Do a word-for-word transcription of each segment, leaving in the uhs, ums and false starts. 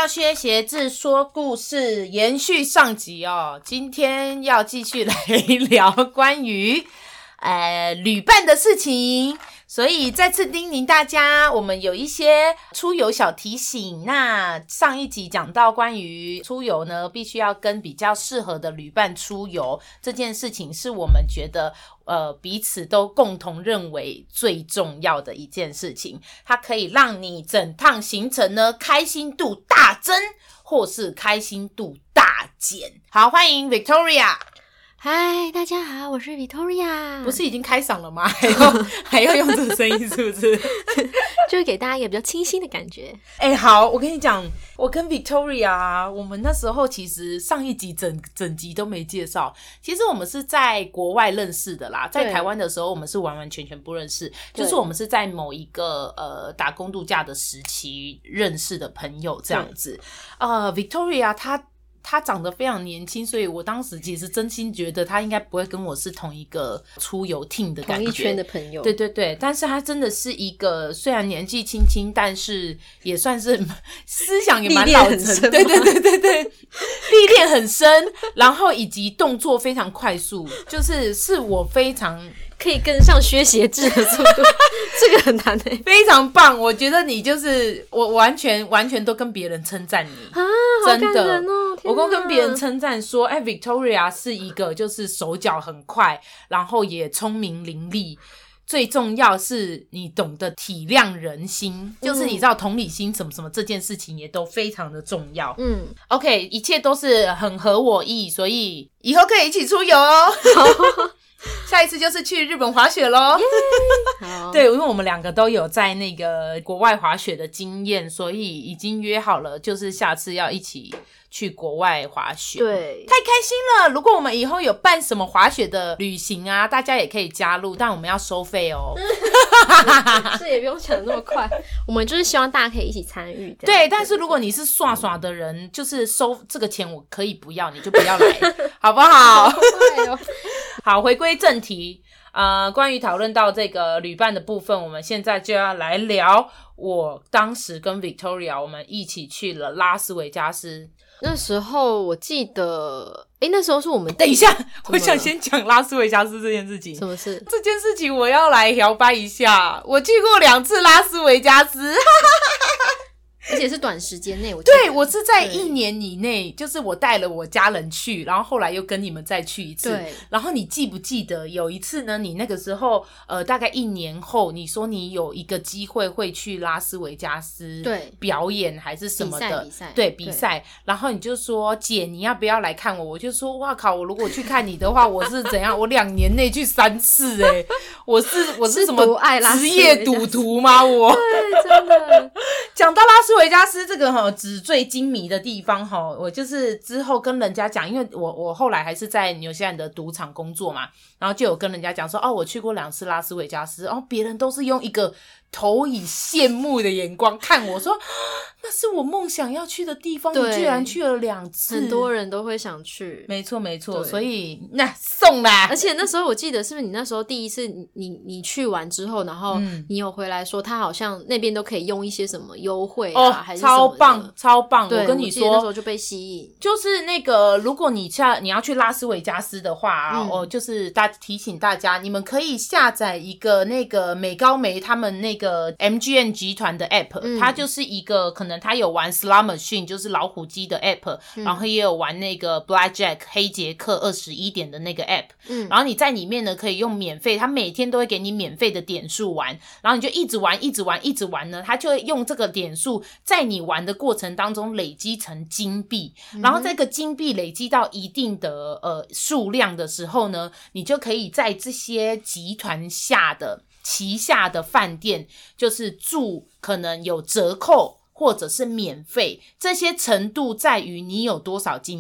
到薛协志说故事，延续上集哦，今天要继续来聊关于呃旅伴的事情，所以再次叮咛大家，我们有一些出游小提醒。那上一集讲到关于出游呢，必须要跟比较适合的旅伴出游，这件事情是我们觉得呃彼此都共同认为最重要的一件事情，它可以让你整趟行程呢开心度大增，或是开心度大减。好，欢迎 Victoria。 嗨，大家好，我是 Victoria。 不是已经开嗓了吗？还要还要用这个声音是不是？ 就是给大家一个比较清新的感觉。 哎、欸，好，我跟你讲，我跟 Victoria 我们那时候其实上一集整整集都没介绍，其实我们是在国外认识的啦，在台湾的时候我们是完完全全不认识，就是我们是在某一个呃打工度假的时期认识的朋友这样子。呃 Victoria 她他长得非常年轻，所以我当时其实真心觉得他应该不会跟我是同一个出游 team 的感觉， 同一圈的朋友。 对对对，但是他真的是一个虽然年纪轻轻，但是也算是思想也蛮老成，对对对对对，历练很深，然后以及动作非常快速，就是是我非常可以跟上薛协志的速度，这个很难诶， 非常棒。我觉得你就是我完全完全都跟别人称赞你啊， 真的好感人哦！ 我刚跟别人称赞说，哎 ，Victoria 是一个就是手脚很快，然后也聪明伶俐。最重要是你懂得体谅人心，嗯、就是你知道同理心什么什么这件事情也都非常的重要。嗯 ，OK， 一切都是很合我意，所以以后可以一起出游哦。下一次就是去日本滑雪咯。 好， 对，因为我们两个都有在那个国外滑雪的经验，所以已经约好了，就是下次要一起去国外滑雪。 对， 太开心了！如果我们以后有办什么滑雪的旅行啊，大家也可以加入，但我们要收费哦。 这也不用想那么快，我们就是希望大家可以一起参与。 对，但是如果你是耍耍的人，就是收这个钱我可以不要，你就不要来，好不好？ 好坏哦。 好，回归正题，呃，关于讨论到这个旅伴的部分，我们现在就要来聊我当时跟 Victoria 我们一起去了拉斯维加斯。 那时候我记得，诶，那时候是我们等一下，我想先讲拉斯维加斯这件事情。 什么事？ 这件事情我要来摇摆一下。我去过两次拉斯维加斯。 而且是短时间内，我对，我是在一年以内，就是我带了我家人去，然后后来又跟你们再去一次。 对， 然后你记不记得有一次呢？你那个时候呃，大概一年后，你说你有一个机会会去拉斯维加斯对表演还是什么的比赛， 对比赛。然后你就说姐，你要不要来看我？我就说哇靠，我如果去看你的话，我是怎样？我两年内去三次哎、欸，我是我是什么职业赌徒吗？我对，真的。 讲到拉斯维加斯这个齁纸醉金迷的地方齁，我就是之后跟人家讲，因为我我后来还是在纽西兰的赌场工作嘛，然后就有跟人家讲说，哦，我去过两次拉斯维加斯，然后别人都是用一个投以羡慕的眼光看我说，那是我梦想要去的地方，你居然去了两次， 很多人都会想去。 没错没错，所以那送啦。 而且那时候我记得是不是你那时候第一次你你你去完之后，然后你有回来说他好像那边都可以用一些什么优惠啊、哦、还是什么的， 超棒超棒。 对， 我跟你说那时候就被吸引， 就是那个如果你下你要去拉斯维加斯的话啊、嗯、哦，就是大提醒大家，你们可以下载一个那个美高梅他们那个 M G M 集团的 app、嗯、它就是一个可能他有玩 Slot Machine 就是老虎机的 app、嗯、然后也有玩那个 Blackjack 黑杰克二十一点的那个 app、嗯、然后你在里面呢可以用免费，他每天都会给你免费的点数玩，然后你就一直玩一直玩一直玩呢，他就会用这个点数在你玩的过程当中累积成金币、嗯、然后这个金币累积到一定的呃数量的时候呢，你就可以在这些集团下的旗下的饭店就是住可能有折扣或者是免费，这些程度在于你有多少金币。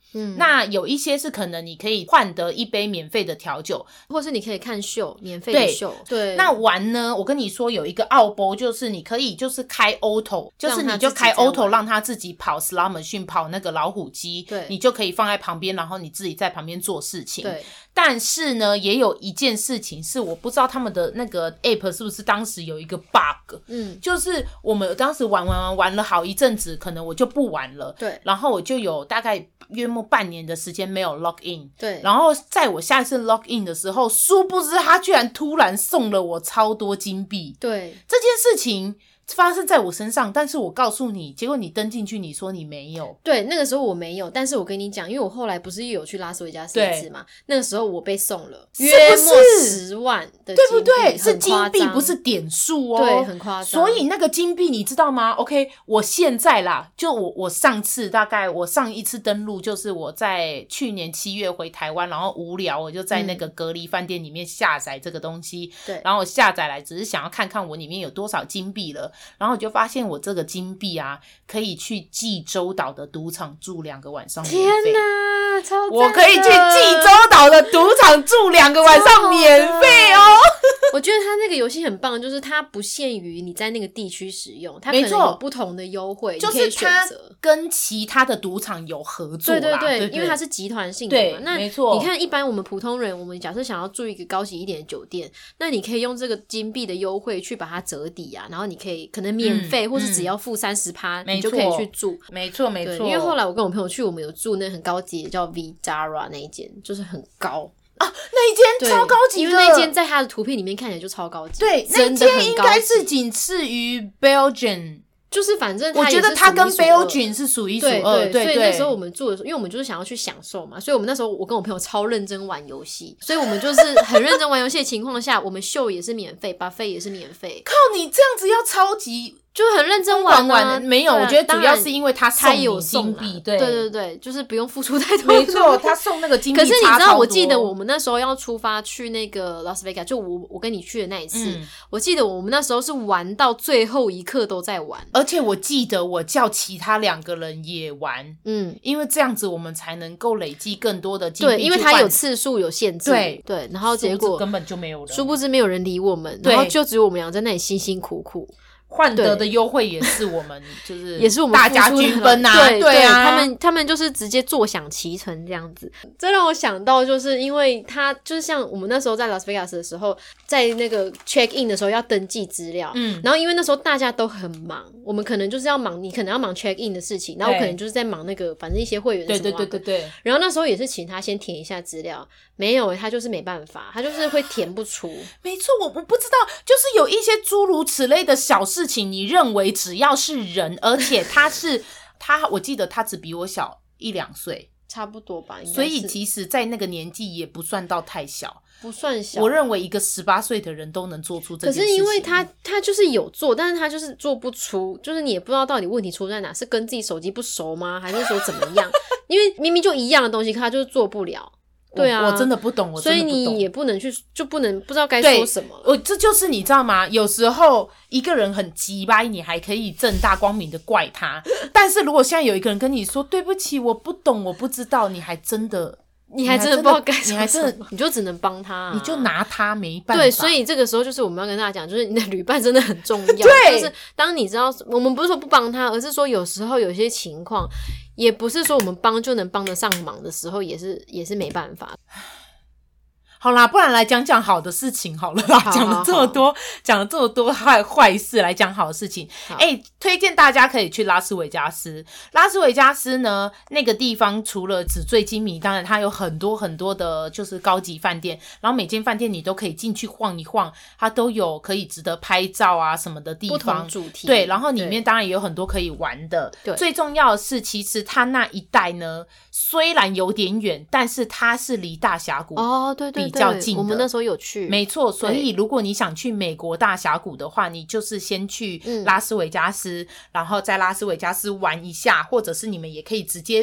嗯，那有一些是可能你可以换得一杯免费的调酒， 或是你可以看秀，免费的秀。对， 那玩呢，我跟你说有一个奥波，就是你可以就是开 auto， 就是你就开 auto 让他自己跑 slot machine， 跑那个老虎机， 对， 你就可以放在旁边，然后你自己在旁边做事情。 对， 但是呢，也有一件事情是我不知道他们的那个 app 是不是当时有一个 bug， 嗯，就是我们当时玩玩玩玩了好一阵子，可能我就不玩了， 对， 然后我就有大概约莫半年的时间没有 log in， 对， 然后在我下一次 log in 的时候，殊不知他居然突然送了我超多金币， 对， 这件事情发生在我身上，但是我告诉你，结果你登进去，你说你没有。 对，那个时候我没有，但是我跟你讲，因为我后来不是又有去拉斯维加斯一次嘛，那个时候我被送了约莫十万的金币， 对不对？是金币不是点数哦， 对，很夸张。 所以那个金币你知道吗 ？OK， 我现在啦，就我我上次大概我上一次登录就是我在去年七月回台湾，然后无聊我就在那个隔离饭店里面下载这个东西， 对、嗯， 然后我下载来只是想要看看我里面有多少金币了。然后我就发现我这个金币啊，可以去济州岛的赌场住两个晚上免费。 天哪，超赞的！ 我可以去济州岛的赌场住两个晚上免费哦。 我觉得它那个游戏很棒，就是它不限于你在那个地区使用，它可能有不同的优惠， 就是你可以选择跟其他的赌场有合作啦。 对对 对, 对对， 因为它是集团性的嘛。 对， 那没错。 你看，一般我们普通人，我们假设想要住一个高级一点的酒店，那你可以用这个金币的优惠去把它折抵啊，然后你可以可能免费，嗯、或是只要付三十趴，你就可以去住。 没错没错。 因为后来我跟我朋友去，我们有住那很高级的叫 Vdara 那一间，就是很高。 啊，那一间超高级的， 因为那一间在它的图片里面看起来就超高级。 对，那间应该是仅次于 Belgian， 就是反正我觉得它跟 Belgian 是数一数二。 对对，所以那时候我们住的时候，因为我们就是想要去享受嘛，所以我们那时候我跟我朋友超认真玩游戏，所以我们就是很认真玩游戏的情况下，我们秀也是免费 ，buffet 也是免费。 靠，你这样子要超级。 就很认真玩啊， 没有，我觉得主要是因为他送你金币，对对对对，就是不用付出太多。 没错，他送那个金币。 可是你知道，我记得我们那时候要出发去那个拉斯维加斯，就我我跟你去的那一次，嗯、我记得我们那时候是玩到最后一刻都在玩， 而且我记得我叫其他两个人也玩，嗯，因为这样子我们才能够累积更多的金币。 对，因为它有次数有限制，对对，然后结果根本就没有人， 殊不知没有人理我们，然后就只有我们俩在那里辛辛苦苦。 换得的优惠也是我们，就是也是我们大家均分啊， 对对啊， 他们他们就是直接坐享其成这样子。这让我想到，就是因为他就是像我们那时候在拉斯维加斯的时候，在那个 check in 的时候要登记资料，嗯，然后因为那时候大家都很忙，我们可能就是要忙，你可能要忙 check in 的事情，然后我可能就是在忙那个反正一些会员什么的， 对对对对对。 然后那时候也是请他先填一下资料，没有，他就是没办法，他就是会填不出。 没错，我我不知道，就是有一些诸如此类的小事情，你认为只要是人，而且他是他，我记得他只比我小一两岁， 差不多吧。 所以即使在那个年纪也不算到太小， 不算小。 我认为一个十八岁的人都能做出这件事情。 可是因为他他就是有做，但是他就是做不出，就是你也不知道到底问题出在哪，是跟自己手机不熟吗？还是说怎么样？因为明明就一样的东西，可他就是做不了。对啊， 我，我真的不懂，我真的不懂， 所以你也不能去，就不能不知道该说什么了。 我这就是你知道吗？有时候一个人很急掰，你还可以正大光明的怪他，但是如果现在有一个人跟你说对不起，我不懂，我不知道，你还真的。 你还真的不知道该说什么， 你还真的， 你就只能帮他、啊， 你就拿他没办法。 对，所以这个时候就是我们要跟大家讲，就是你的旅伴真的很重要。 对， 就是当你知道，我们不是说不帮他，而是说有时候有些情况，也不是说我们帮就能帮得上忙的时候，也是也是没办法。 好啦，不然来讲讲好的事情好了啦。讲了这么多，讲了这么多坏坏事，来讲好的事情。哎，推荐大家可以去拉斯维加斯。拉斯维加斯呢，那个地方除了纸醉金迷，当然它有很多很多的，就是高级饭店。然后每间饭店你都可以进去晃一晃，它都有可以值得拍照啊什么的地方。 不同主题。 对，然后里面当然也有很多可以玩的。对，最重要的是，其实它那一带呢，虽然有点远，但是它是离大峡谷哦，对对。 比较近的， 我们那时候有去， 没错。所以如果你想去美国大峡谷的话，你就是先去拉斯维加斯，嗯、然后在拉斯维加斯玩一下，或者是你们也可以直接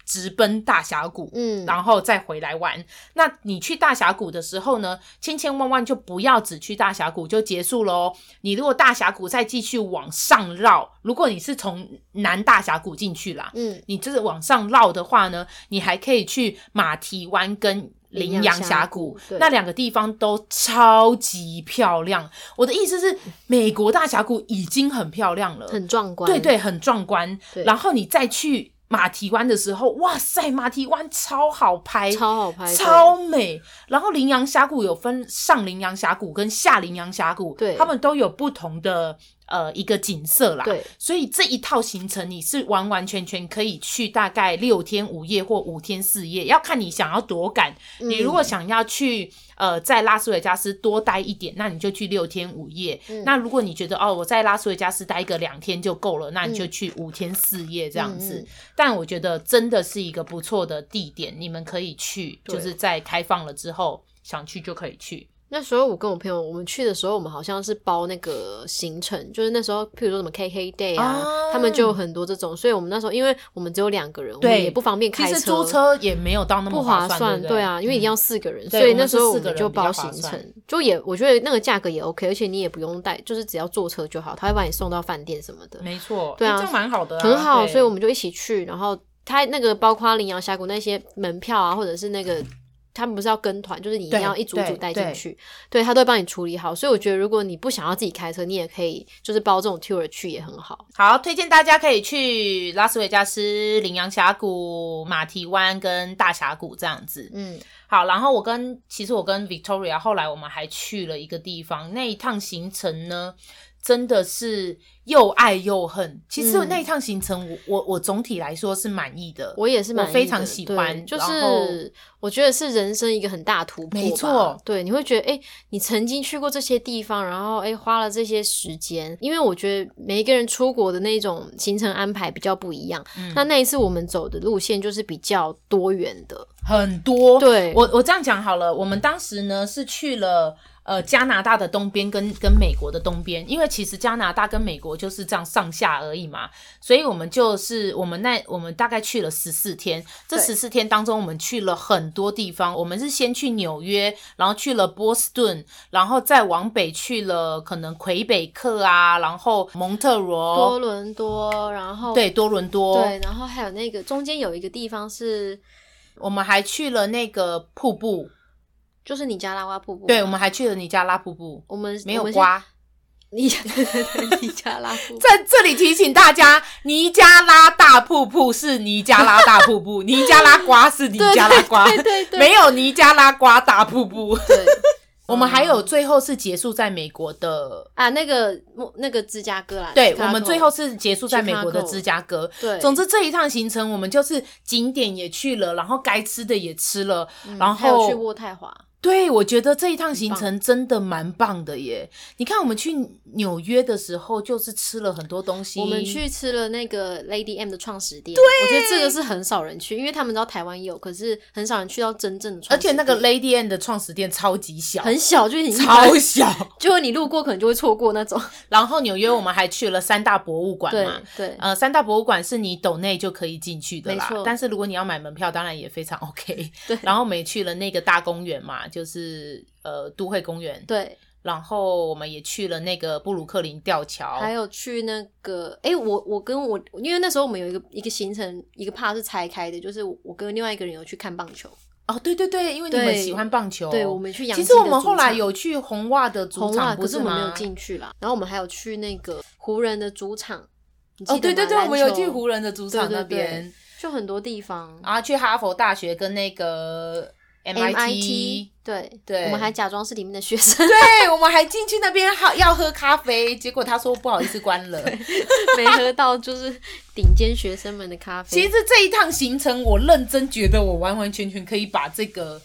直奔大峡谷，嗯，然后再回来玩。那你去大峡谷的时候呢，千千万万就不要只去大峡谷就结束咯。你如果大峡谷再继续往上绕，如果你是从南大峡谷进去啦，嗯，你就是往上绕的话呢，你还可以去马蹄湾跟羚羊峡谷，那两个地方都超级漂亮。我的意思是，美国大峡谷已经很漂亮了， 很壮观， 对对，很壮观。然后你再去马蹄湾的时候，哇塞，马蹄湾超好拍， 超好拍， 超美。然后羚羊峡谷有分上羚羊峡谷跟下羚羊峡谷，对，他们都有不同的呃一个景色啦，对，所以这一套行程你是完完全全可以去大概六天五夜或五天四夜，要看你想要多赶。嗯、你如果想要去呃在拉斯维加斯多待一点，那你就去六天五夜。嗯、那如果你觉得哦我在拉斯维加斯待个两天就够了，那你就去五天四夜这样子。嗯、但我觉得真的是一个不错的地点，你们可以去，就是在开放了之后想去就可以去。 那时候我跟我朋友我们去的时候，我们好像是包那个行程，就是那时候譬如说什么 K K Day 啊、啊他们就有很多这种，所以我们那时候因为我们只有两个人，我们也不方便开车， 其实租车也没有到那么划算， 不划算， 对, 对啊，因为一定要四个人、嗯、所以那时候我们就包行程，就也我觉得那个价格也 OK， 而且你也不用带，就是只要坐车就好，他会把你送到饭店什么的， 没错， 对啊， 这样蛮好的、啊、 很好，所以我们就一起去，然后他那个包括羚羊峡谷那些门票啊，或者是那个他们不是要跟团，就是你一定要一组组带进去， 对, 对, 对他都会帮你处理好，所以我觉得如果你不想要自己开车，你也可以就是包这种 tour 去也很好。 好，推荐大家可以去拉斯维加斯、羚羊峡谷、马蹄湾跟大峡谷这样子。嗯，好，然后我跟其实我跟 Victoria 后来我们还去了一个地方，那一趟行程呢真的是又爱又恨。其实那一趟行程我、嗯、我我总体来说是满意的， 我也是满意的， 我非常喜欢， 就是我觉得是人生一个很大突破吧， 没错， 对，你会觉得诶你曾经去过这些地方，然后诶花了这些时间，因为我觉得每一个人出国的那种行程安排比较不一样、嗯、那那一次我们走的路线就是比较多元的， 很多， 对， 我我这样讲好了，我们当时呢是去了呃，加拿大的东边跟跟美国的东边，因为其实加拿大跟美国就是这样上下而已嘛，所以我们就是我们那我们大概去了十四天，这十四天当中我们去了很多地方，我们是先去纽约，然后去了波士顿，然后再往北去了可能魁北克啊，然后蒙特罗、 多伦多，然后对多伦多， 对，然后还有那个中间有一个地方是我们还去了那个瀑布， 就是尼加拉瓜瀑布， 对，我们还去了尼加拉瀑布， 我们没有瓜， 尼加尼加拉瀑布， 在这里提醒大家，尼加拉大瀑布是尼加拉大瀑布，尼加拉瓜是尼加拉瓜， 对对 对, 对， 没有尼加拉瓜大瀑布。 对， 我们还有最后是结束在美国的啊，那个那个芝加哥啦， 对，我们最后是结束在美国的芝加哥。对，总之这一趟行程我们就是景点也去了，然后该吃的也吃了，嗯、然后还有去渥太华。 对，我觉得这一趟行程真的蛮棒的耶。你看我们去纽约的时候就是吃了很多东西， 我们去吃了那个 Lady M 的创始店，对，我觉得这个是很少人去，因为他们知道台湾有，可是很少人去到真正的创始店，而且那个 Lady M 的创始店超级小， 很小，就是你超小， 就你路过可能就会错过那种。 然后纽约我们还去了三大博物馆嘛， 对对， 呃，三大博物馆是你斗内就可以进去的啦，没错，但是如果你要买门票当然也非常 OK。 对，然后我们也去了那个大公园嘛，就是呃都会公园， 对， 然后我们也去了那个布鲁克林吊桥， 还有去那个诶我我跟我因为那时候我们有一个一个行程一个 part 是拆开的，就是我跟另外一个人有去看棒球。 哦，对对对，因为你们喜欢棒球， 对，我们去洋基的主场。 其实我们后来有去红袜的主场， 可是我们没有进去啦。然后我们还有去那个湖人的主场，你记得吗？ 哦，对对对，我们有去湖人的主场那边， 对对对，就很多地方。 然后去哈佛大学跟那个M I T， 对对， 我们还假装是里面的学生， 对，我们还进去那边要喝咖啡，结果他说不好意思关了， 没喝到就是顶尖学生们的咖啡。 其实这一趟行程我认真觉得我完完全全可以把这个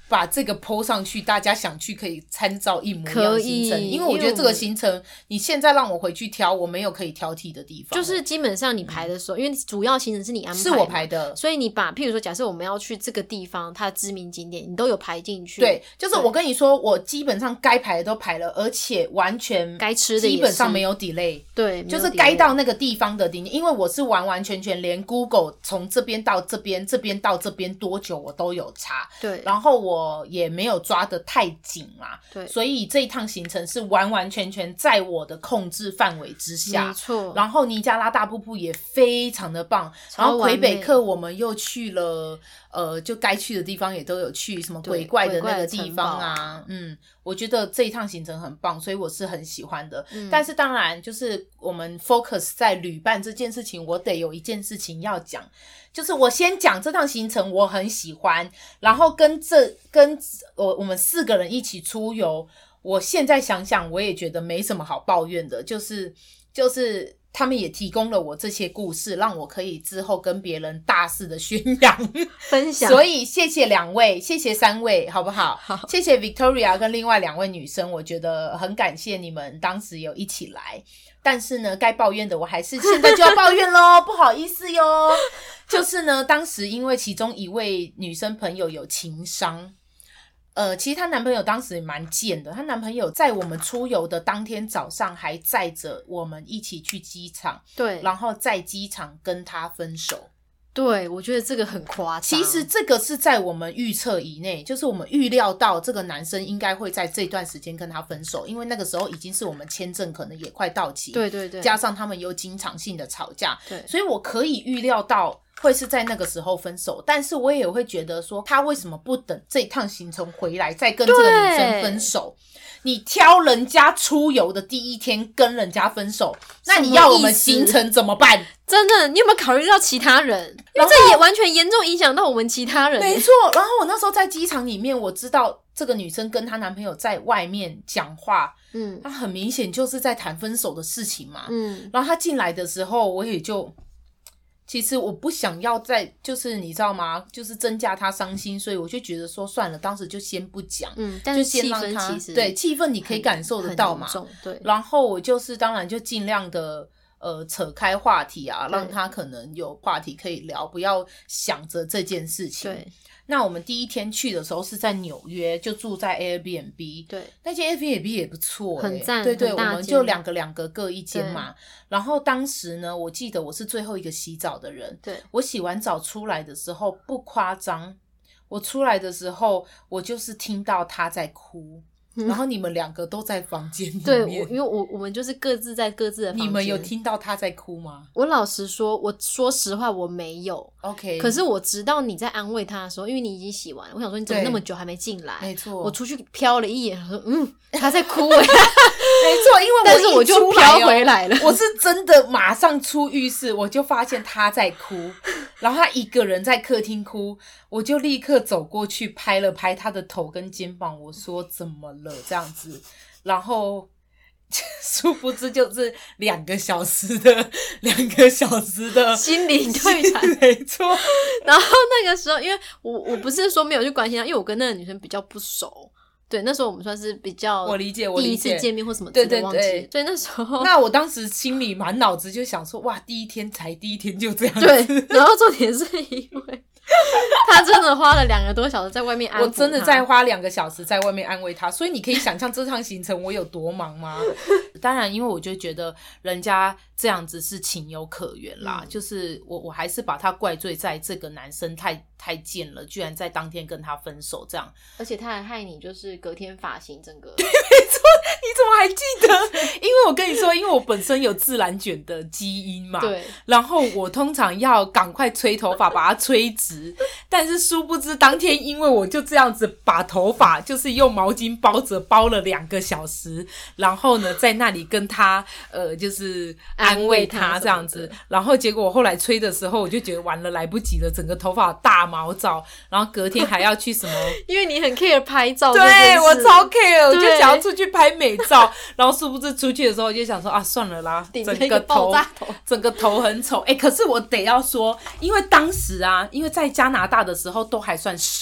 把这个 po 上去，大家想去可以参照一模一样的行程，因为我觉得这个行程你现在让我回去挑，我没有可以挑剔的地方。 就是基本上你排的时候，嗯、因为主要行程是你安排， 是我排的， 所以你把譬如说，假设我们要去这个地方，它的知名景点，你都有排进去。 对，就是我跟你说，我基本上该排的都排了，而且完全该吃的基本上没有 delay。 对， 就是该到那个地方的地，因为我是完完全全连 Google 从这边到这边，这边到这边多久我都有查。 对， 然后我也没有抓得太紧啦。 对， 所以这一趟行程是完完全全在我的控制范围之下。 没错。 然后尼加拉大瀑布也非常的棒，然后魁北克我们又去了，呃，就该去的地方也都有去，什么鬼怪的那个地方啊，嗯，我觉得这一趟行程很棒，所以我是很喜欢的。嗯、但是当然，就是我们 focus 在旅伴这件事情，我得有一件事情要讲，就是我先讲这趟行程我很喜欢，然后跟这跟我我们四个人一起出游，我现在想想我也觉得没什么好抱怨的，就是就是他们也提供了我这些故事，让我可以之后跟别人大肆的宣扬分享。 所以谢谢两位，谢谢三位，好不好？ 好， 谢谢 Victoria 跟另外两位女生，我觉得很感谢你们当时有一起来。但是呢，该抱怨的我还是现在就要抱怨咯不好意思哟。就是呢，当时因为其中一位女生朋友有情伤。呃，其实她男朋友当时也蛮贱的，她男朋友在我们出游的当天早上还载着我们一起去机场， 对， 然后在机场跟她分手。 对，我觉得这个很夸张。 其实这个是在我们预测以内，就是我们预料到这个男生应该会在这段时间跟他分手，因为那个时候已经是我们签证可能也快到期， 对对对， 加上他们有经常性的吵架， 对， 所以我可以预料到会是在那个时候分手，但是我也会觉得说他为什么不等这一趟行程回来再跟这个女生分手？你挑人家出游的第一天跟人家分手，那你要我们行程怎么办？ 真的，你有没有考虑到其他人？因为这也完全严重影响到我们其他人。 没错，然后我那时候在机场里面，我知道这个女生跟她男朋友在外面讲话，嗯，她很明显就是在谈分手的事情嘛，嗯，然后她进来的时候，我也就。其实我不想要再就是你知道吗，就是增加他伤心，所以我就觉得说算了，当时就先不讲， 嗯，但是气氛其实对气氛你可以感受得到嘛， 对。 然后我就是当然就尽量的呃扯开话题啊，让他可能有话题可以聊，不要想着这件事情。对。那我们第一天去的时候是在纽约，就住在 Airbnb， 对，那间 Airbnb 也不错、欸， 很赞， 对对，我们就两个两个各一间嘛。然后当时呢，我记得我是最后一个洗澡的人，对，我洗完澡出来的时候不夸张，我出来的时候我就是听到他在哭。然后你们两个都在房间里面， 对，我因为我我们就是各自在各自的房间。 你们有听到他在哭吗？ 我老实说，我说实话我没有。OK， 可是我直到你在安慰他的时候，因为你已经洗完了，我想说你怎么那么久还没进来？没错，我出去瞟了一眼，说嗯，他在哭哎、欸， 没错，因为我但是我就瞟回来了， 我是真的马上出浴室，我就发现他在哭，然后他一个人在客厅哭，我就立刻走过去拍了拍他的头跟肩膀，我说怎么了？这样子，然后殊不知就是两个小时的两个小时的心灵对谈， 没错。 然后那个时候，因为我我不是说没有去关心他，因为我跟那个女生比较不熟。对，那时候我们算是比较我理解，我理解第一次见面或什么之类的忘记，对对对，所以那时候， 那我当时心里满脑子就想说，哇，第一天才第一天就这样子。 对，然后重点是因为他真的花了两个多小时在外面安抚他， 我真的在花两个小时在外面安慰他，所以你可以想象这趟行程我有多忙吗？当然，因为我就觉得人家这样子是情有可原啦，嗯、就是我我还是把他怪罪在这个男生太太贱了，居然在当天跟他分手这样， 而且他还害你就是隔天发型整个。 对，没错，你怎么还记得？因为我跟你说，因为我本身有自然卷的基因嘛，对，然后我通常要赶快吹头发，把它吹直，但是殊不知当天因为我就这样子把头发就是用毛巾包着包了两个小时，然后呢在那里跟他呃就是安慰他这样子，然后结果我后来吹的时候我就觉得完了来不及了，整个头发大毛躁，然后隔天还要去什么因为你很 care 拍照， 对，我超 care， 我就想要出去拍美照，然后殊不知出去的时候我就想说啊算了啦，整个头整个头很丑。诶可是我得要说，因为当时啊因为在加拿大的时候都还算瘦，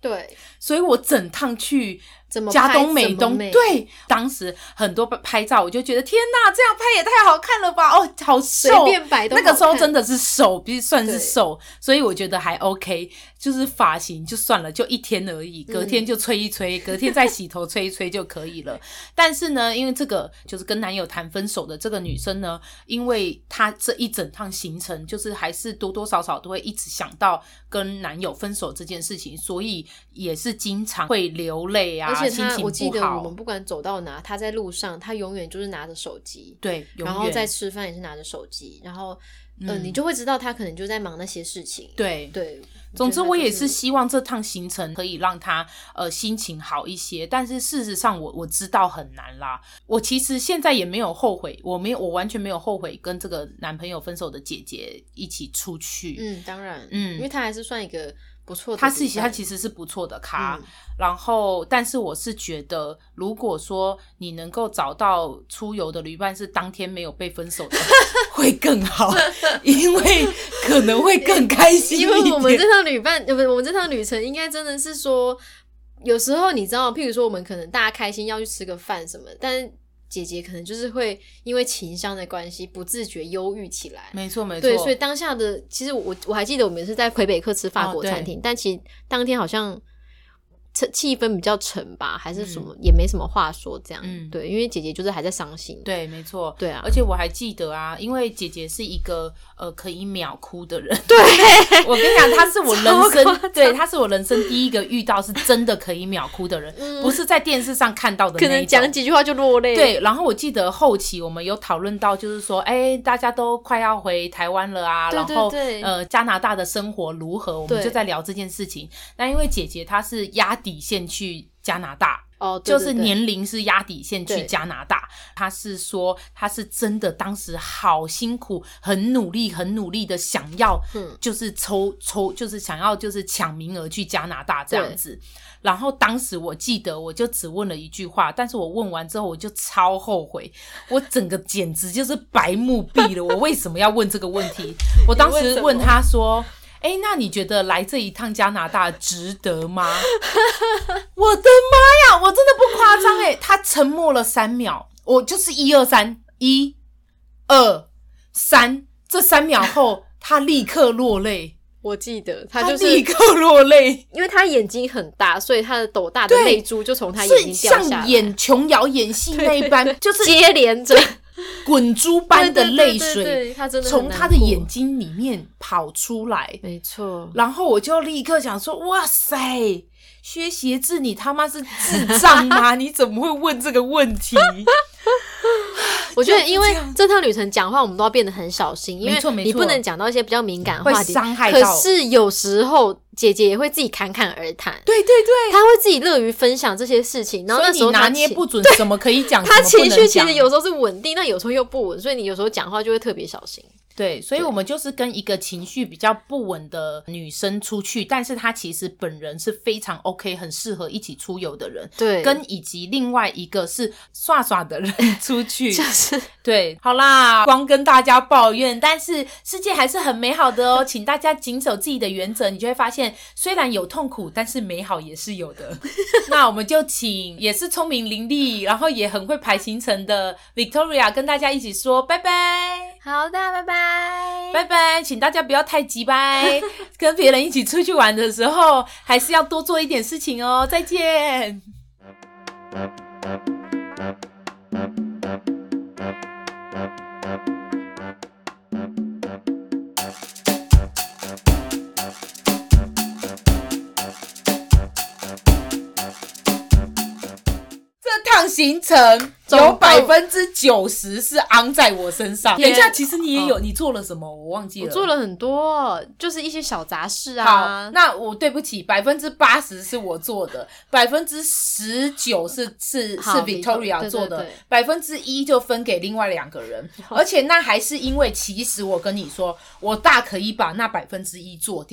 对， 所以我整趟去加东美东，对，当时很多拍照我就觉得天哪，这样拍也太好看了吧，哦，好瘦， 随便摆都好看， 那个时候真的是瘦，必须算是瘦，所以我觉得还 OK， 就是发型就算了，就一天而已，隔天就吹一吹、嗯、隔天再洗头吹一吹就可以了。但是呢，因为这个就是跟男友谈分手的这个女生呢，因为她这一整趟行程就是还是多多少少都会一直想到跟男友分手这件事情，所以也是经常会流泪啊， 而且他心情不好。 我记得我们不管走到哪，他在路上他永远就是拿着手机， 对， 然后在吃饭也是拿着手机，然后嗯、呃，你就会知道他可能就在忙那些事情。 对对， 总之我也是希望这趟行程可以让他呃心情好一些，但是事实上我我知道很难啦。我其实现在也没有后悔，我没有我完全没有后悔跟这个男朋友分手的姐姐一起出去。 嗯，当然， 嗯， 因为他还是算一个不错的， 他是他其实是不错的咖、嗯、然后但是我是觉得如果说你能够找到出游的旅伴是当天没有被分手的会更好，因为可能会更开心一点。 因为我们这趟旅伴不是我们这趟旅程应该真的是说有时候你知道譬如说我们可能大家开心要去吃个饭什么，但是姐姐可能就是会因为情商的关系不自觉忧郁起来。 没错没错， 对，所以当下的其实我我还记得我们是在魁北克吃法国餐厅、哦、但其实当天好像气氛比较沉吧，还是什么、嗯、也没什么话说这样、嗯、对，因为姐姐就是还在伤心。 对，没错， 对啊， 而且我还记得啊，因为姐姐是一个呃可以秒哭的人。 对， 我跟你讲，她是我人生对，她是我人生第一个遇到是真的可以秒哭的人、嗯、不是在电视上看到的那种， 可能讲几句话就落泪。 对，然后我记得后期我们有讨论到就是说哎，大家都快要回台湾了啊， 对对对， 然后呃加拿大的生活如何，我们就在聊这件事情。那因为姐姐她是压底线去加拿大， 哦，对对对， 就是年龄是压底线去加拿大。他是说他是真的当时好辛苦，很努力很努力的想要、嗯、就是抽抽就是想要就是抢名额去加拿大这样子。然后当时我记得我就只问了一句话，但是我问完之后我就超后悔，我整个简直就是白目闭了我为什么要问这个问题？我当时问他说哎，那你觉得来这一趟加拿大值得吗？我的妈呀，我真的不夸张哎！他沉默了三秒，我就是一二三，一、二、三，这三秒后，他立刻落泪。 我记得他就是他立刻落泪， 因为他眼睛很大，所以他的斗大的泪珠就从他眼睛掉下来， 是像演琼瑶演戏那一般，就是接连着滚珠般的泪水从他的眼睛里面跑出来。 没错， 然后我就立刻想说哇塞，薛协志你他妈是智障吗？你怎么会问这个问题？ 我觉得因为这趟旅程讲话我们都要变得很小心，因为你不能讲到一些比较敏感的话题， 会伤害到。 可是有时候姐姐也会自己侃侃而谈， 对对对， 她会自己乐于分享这些事情，然后那时候所以你拿捏不准什么可以讲， 她情绪其实有时候是稳定，但有时候又不稳，所以你有时候讲话就会特别小心。 对，所以我们就是跟一个情绪比较不稳的女生出去，但是她其实本人是非常 OK 很适合一起出游的人， 对， 跟以及另外一个是耍耍的人出去就是对，好啦，光跟大家抱怨，但是世界还是很美好的哦，请大家谨守自己的原则，你就会发现虽然有痛苦，但是美好也是有的。那我们就请也是聪明伶俐然后也很会排行程的 Victoria 跟大家一起说拜拜。 好的，拜拜拜拜，请大家不要太急掰跟别人一起出去玩的时候还是要多做一点事情哦，再见。这趟行程有百分之九十是昂在我身上。等一下，其实你也有、哦，你做了什么？我忘记了。 我做了很多，就是一些小杂事啊。 好，那我对不起，百分之八十是我做的，百分之十九是是是 Victoria 做的，百分之一就分给另外两个人。而且那还是因为，其实我跟你说，我大可以把那百分之一做掉。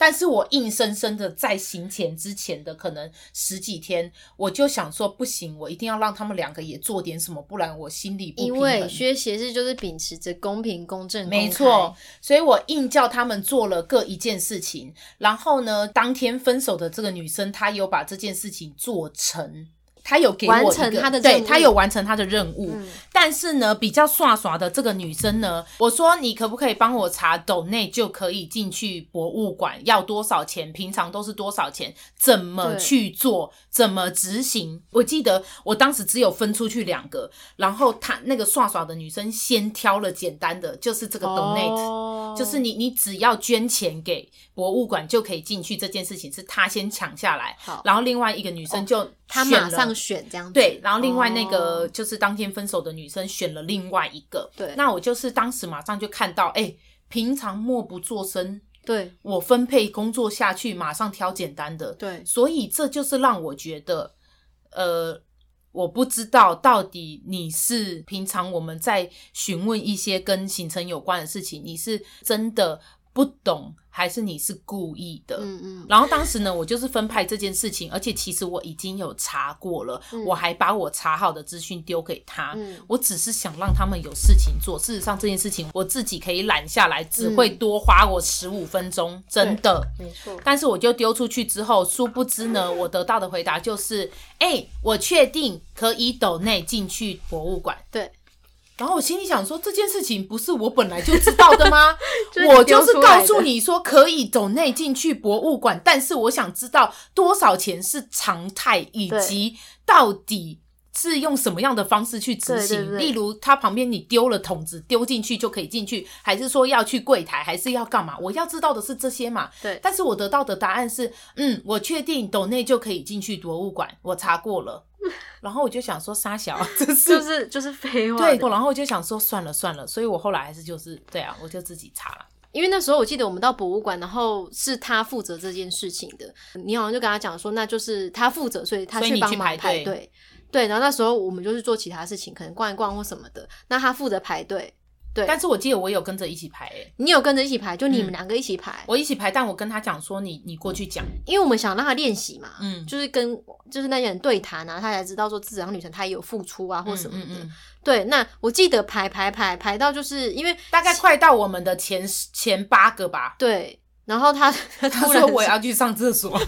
但是我硬生生的在行前之前的可能十几天，我就想说不行，我一定要让他们两个也做点什么，不然我心里不平衡。 因为薛协志就是秉持着公平公正公开， 没错，所以我硬叫他们做了各一件事情，然后呢当天分手的这个女生她有把这件事情做成，他有给我一个完成他的任务， 对，他有完成他的任务、嗯、但是呢比较耍耍的这个女生呢，我说你可不可以帮我查斗内就可以进去博物馆，要多少钱，平常都是多少钱，怎么去做，怎么执行。我记得我当时只有分出去两个，然后他那个耍耍的女生先挑了简单的，就是这个 donate、哦、就是你你只要捐钱给博物馆就可以进去，这件事情是他先抢下来，然后另外一个女生就、哦他马上选这样子， 对，然后另外那个就是当天分手的女生选了另外一个， 对， 那我就是当时马上就看到，哎，平常默不作声， 对， 我分配工作下去，马上挑简单的， 对， 所以这就是让我觉得，呃，我不知道到底你是平常我们在询问一些跟行程有关的事情，你是真的不懂还是你是故意的。 嗯嗯。 然后当时呢我就是分派这件事情，而且其实我已经有查过了、嗯、我还把我查好的资讯丢给他、嗯、我只是想让他们有事情做，事实上这件事情我自己可以揽下来，只会多花我十五分钟、嗯、真的没错。 但是我就丢出去之后，殊不知呢我得到的回答就是哎、欸，我确定可以斗内进去博物馆。 对， 然后我心里想说，这件事情不是我本来就知道的吗？就是我就是告诉你说可以斗内进去博物馆，但是我想知道多少钱是常态，以及到底是用什么样的方式去执行。 对对对， 例如它旁边你丢了桶子丢进去就可以进去，还是说要去柜台，还是要干嘛？我要知道的是这些嘛。 对， 但是我得到的答案是嗯，我确定斗内就可以进去博物馆，我查过了。然后我就想说傻小这是就是就是废话。 对，然后我就想说算了算了，所以我后来还是就是对啊，我就自己查了。 因为那时候我记得我们到博物馆，然后是他负责这件事情的，你好像就跟他讲说那就是他负责，所以他去帮忙排队。对，然后那时候我们就是做其他事情，可能逛一逛或什么的，那他负责排队。对， 但是我记得我有跟着一起排诶、欸。 你有跟着一起排，就你们两个一起排、嗯、 我一起排，但我跟他讲说你你过去讲， 因为我们想让他练习嘛，嗯，就是跟就是那些人对谈啊，他才知道说自然旅程他也有付出啊或什么的、嗯嗯嗯、对。那我记得排排排排到就是因为大概快到我们的前前八个吧， 对，然后他他说我要去上厕所他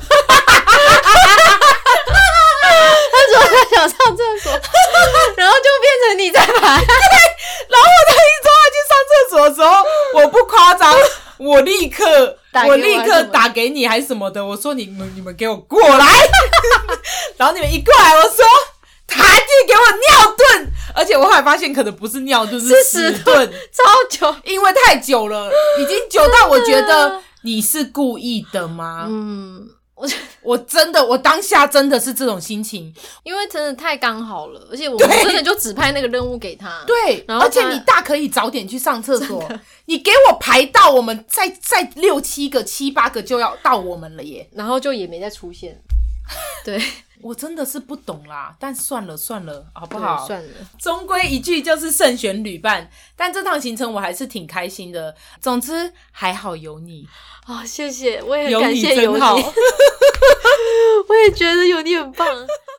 说他想上厕所然后就变成你在排对，然后他一说他去上厕所的时候我不夸张我立刻我立刻打给你还是什么的，我说你们你们给我过来然后你们一过来我说他就给我尿遁，而且我后来发现可能不是尿就是屎遁， 超久， 因为太久了，已经久到我觉得你是故意的吗？ 嗯，我我真的我当下真的是这种心情， 因为真的太刚好了，而且我们真的就只派那个任务给他， 对，然后而且你大可以早点去上厕所，你给我排到我们再再六七个七八个就要到我们了耶， 然后就也没再出现对， 我真的是不懂啦，但算了算了好不好， 算了， 终归一句就是慎选旅伴，但这趟行程我还是挺开心的，总之还好有你哦，谢谢，我也很感谢有你， 有你真好我也觉得有你很棒